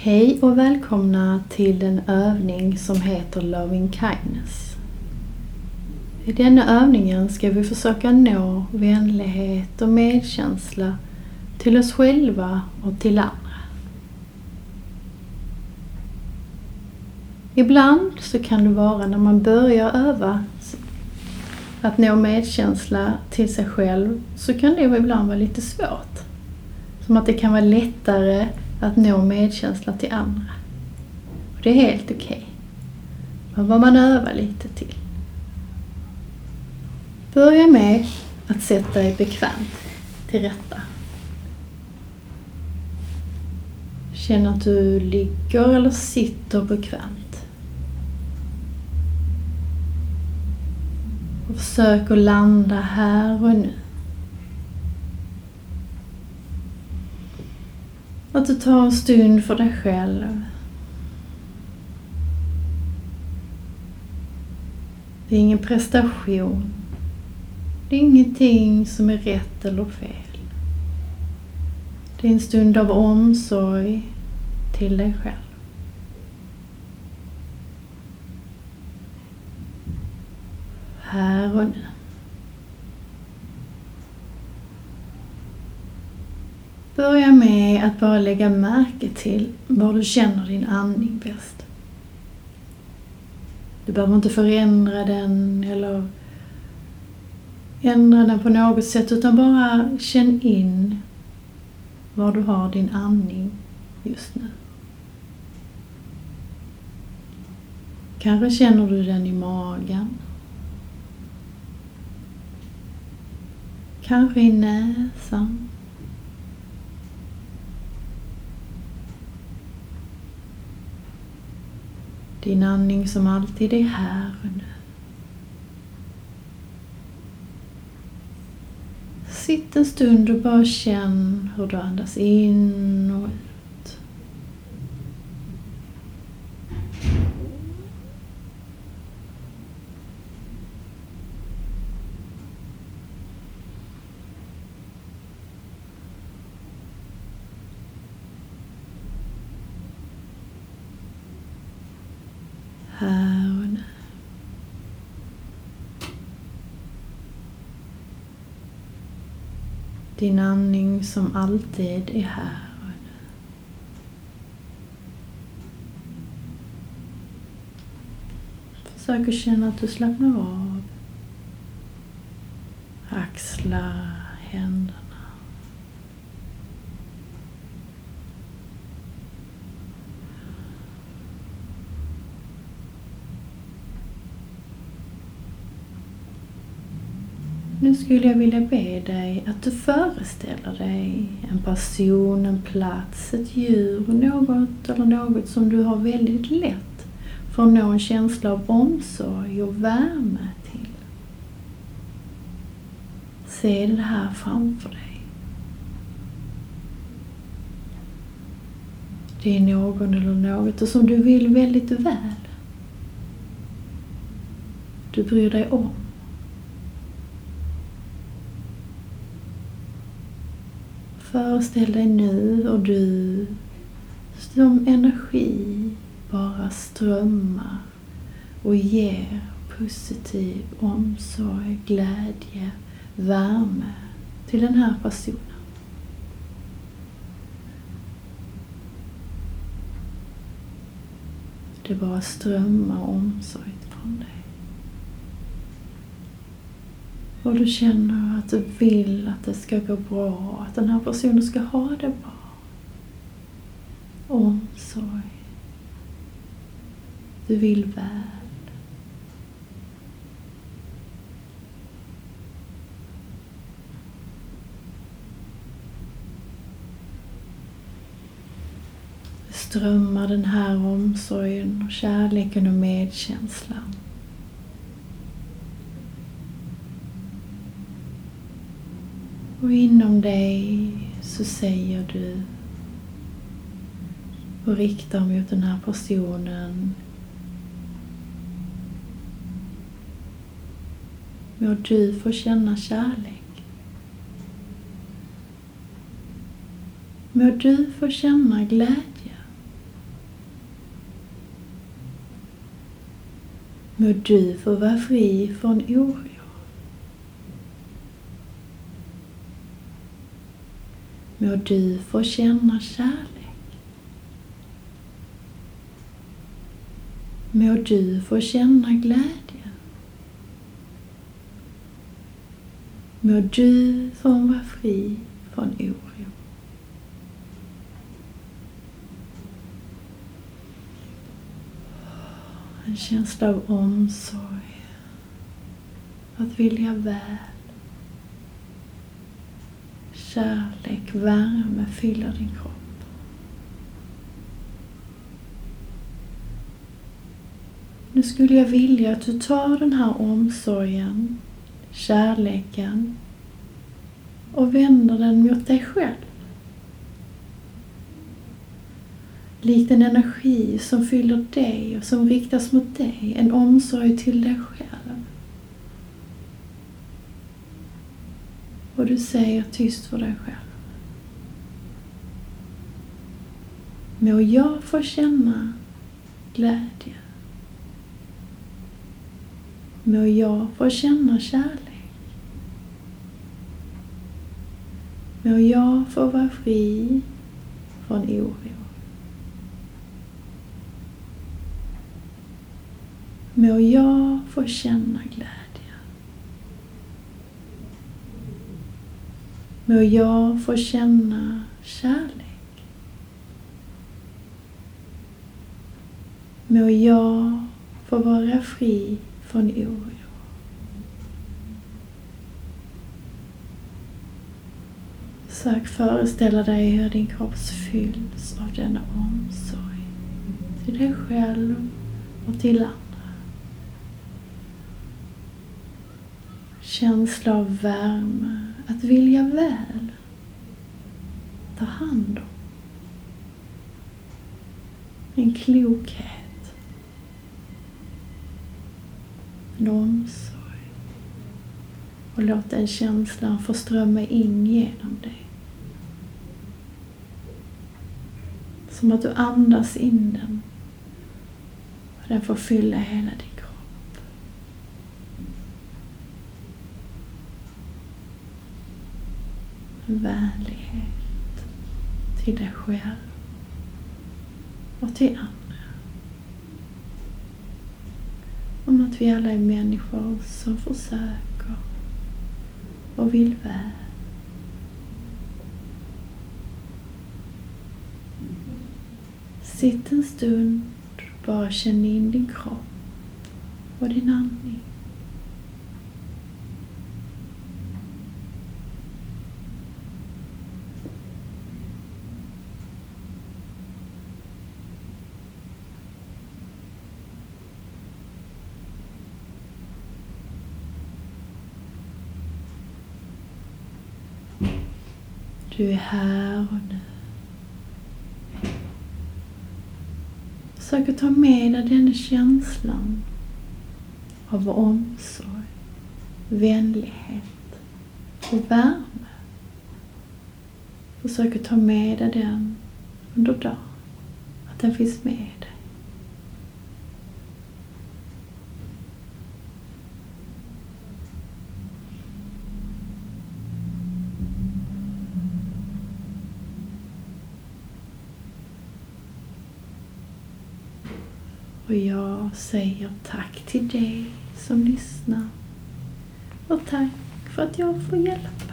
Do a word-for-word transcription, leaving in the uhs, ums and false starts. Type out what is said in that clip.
Hej och välkomna till en övning som heter Loving Kindness. I denna övningen ska vi försöka nå vänlighet och medkänsla till oss själva och till andra. Ibland så kan det vara när man börjar öva att nå medkänsla till sig själv, så kan det ibland vara lite svårt. Som att det kan vara lättare att nå medkänsla till andra. Och det är helt okej. Okay. Men vad man övar lite till. Börja med att sätta dig bekvämt till rätta. Känn att du ligger eller sitter bekvämt. Och försök att landa här och nu. Att du tar en stund för dig själv. Det är ingen prestation. Det är ingenting som är rätt eller fel. Det är en stund av omsorg till dig själv. Här och nu. Börja med att bara lägga märke till var du känner din andning bäst. Du behöver inte förändra den eller ändra den på något sätt, utan bara känn in var du har din andning just nu. Kanske känner du den i magen. Kanske i näsan. Din andning som alltid är här och nu. Sitt en stund och bara känn hur du andas in och ut. Här och nu. Din andning som alltid är här och nu. Försök att känna att du slappnar av. Axlar, händerna. Nu skulle jag vilja be dig att du föreställer dig en person, en plats, ett djur, något eller något som du har väldigt lätt för att nå en känsla av omsorg och värme till. Se det här framför dig. Det är någon eller något som du vill väldigt väl. Du bryr dig om. Föreställ dig nu och du som energi bara strömmar och ger positiv omsorg, glädje, värme till den här personen. Det bara strömmar omsorg från dig. Och du känner att du vill att det ska gå bra, att den här personen ska ha det bra. Omsorg. Du vill väl. Strömmar den här omsorgen och kärleken och medkänslan. Och inom dig så säger du och riktar mot den här personen. Må du få känna kärlek. Må du få känna glädje. Må du få vara fri från oro. Må du få känna kärlek. Må du få känna glädje. Må du få vara fri från oro. En känsla av omsorg. Att vilja väl. Kärlek, värme fyller din kropp. Nu skulle jag vilja att du tar den här omsorgen, kärleken och vänder den mot dig själv. Likt en energi som fyller dig och som riktas mot dig, en omsorg till dig själv. Och du säger tyst för dig själv. Må jag få känna glädje. Må jag få känna kärlek. Må jag få vara fri från oro. Må jag få känna glädje. Må jag få känna kärlek. Må jag få vara fri från oro. Sök föreställa dig hur din kropp fylls av denna omsorg. Till dig själv och till andra. Känsla av värme. Att vilja väl. Ta hand om. En klokhet. En omsorg. Och låt den känslan få strömma in genom dig. Som att du andas in den. Och den får fylla hela din kropp. Vänlighet till dig själv och till andra. Om att vi alla är människor som försöker och vill väl. Sitt en stund, bara känn in din kropp och din andning. Du är här och nu. Försök att ta med dig den känslan av omsorg, vänlighet och värme. Försök att ta med dig den under dagen. Att den finns med dig. Och jag säger tack till dig som lyssnar. Och tack för att jag får hjälpa.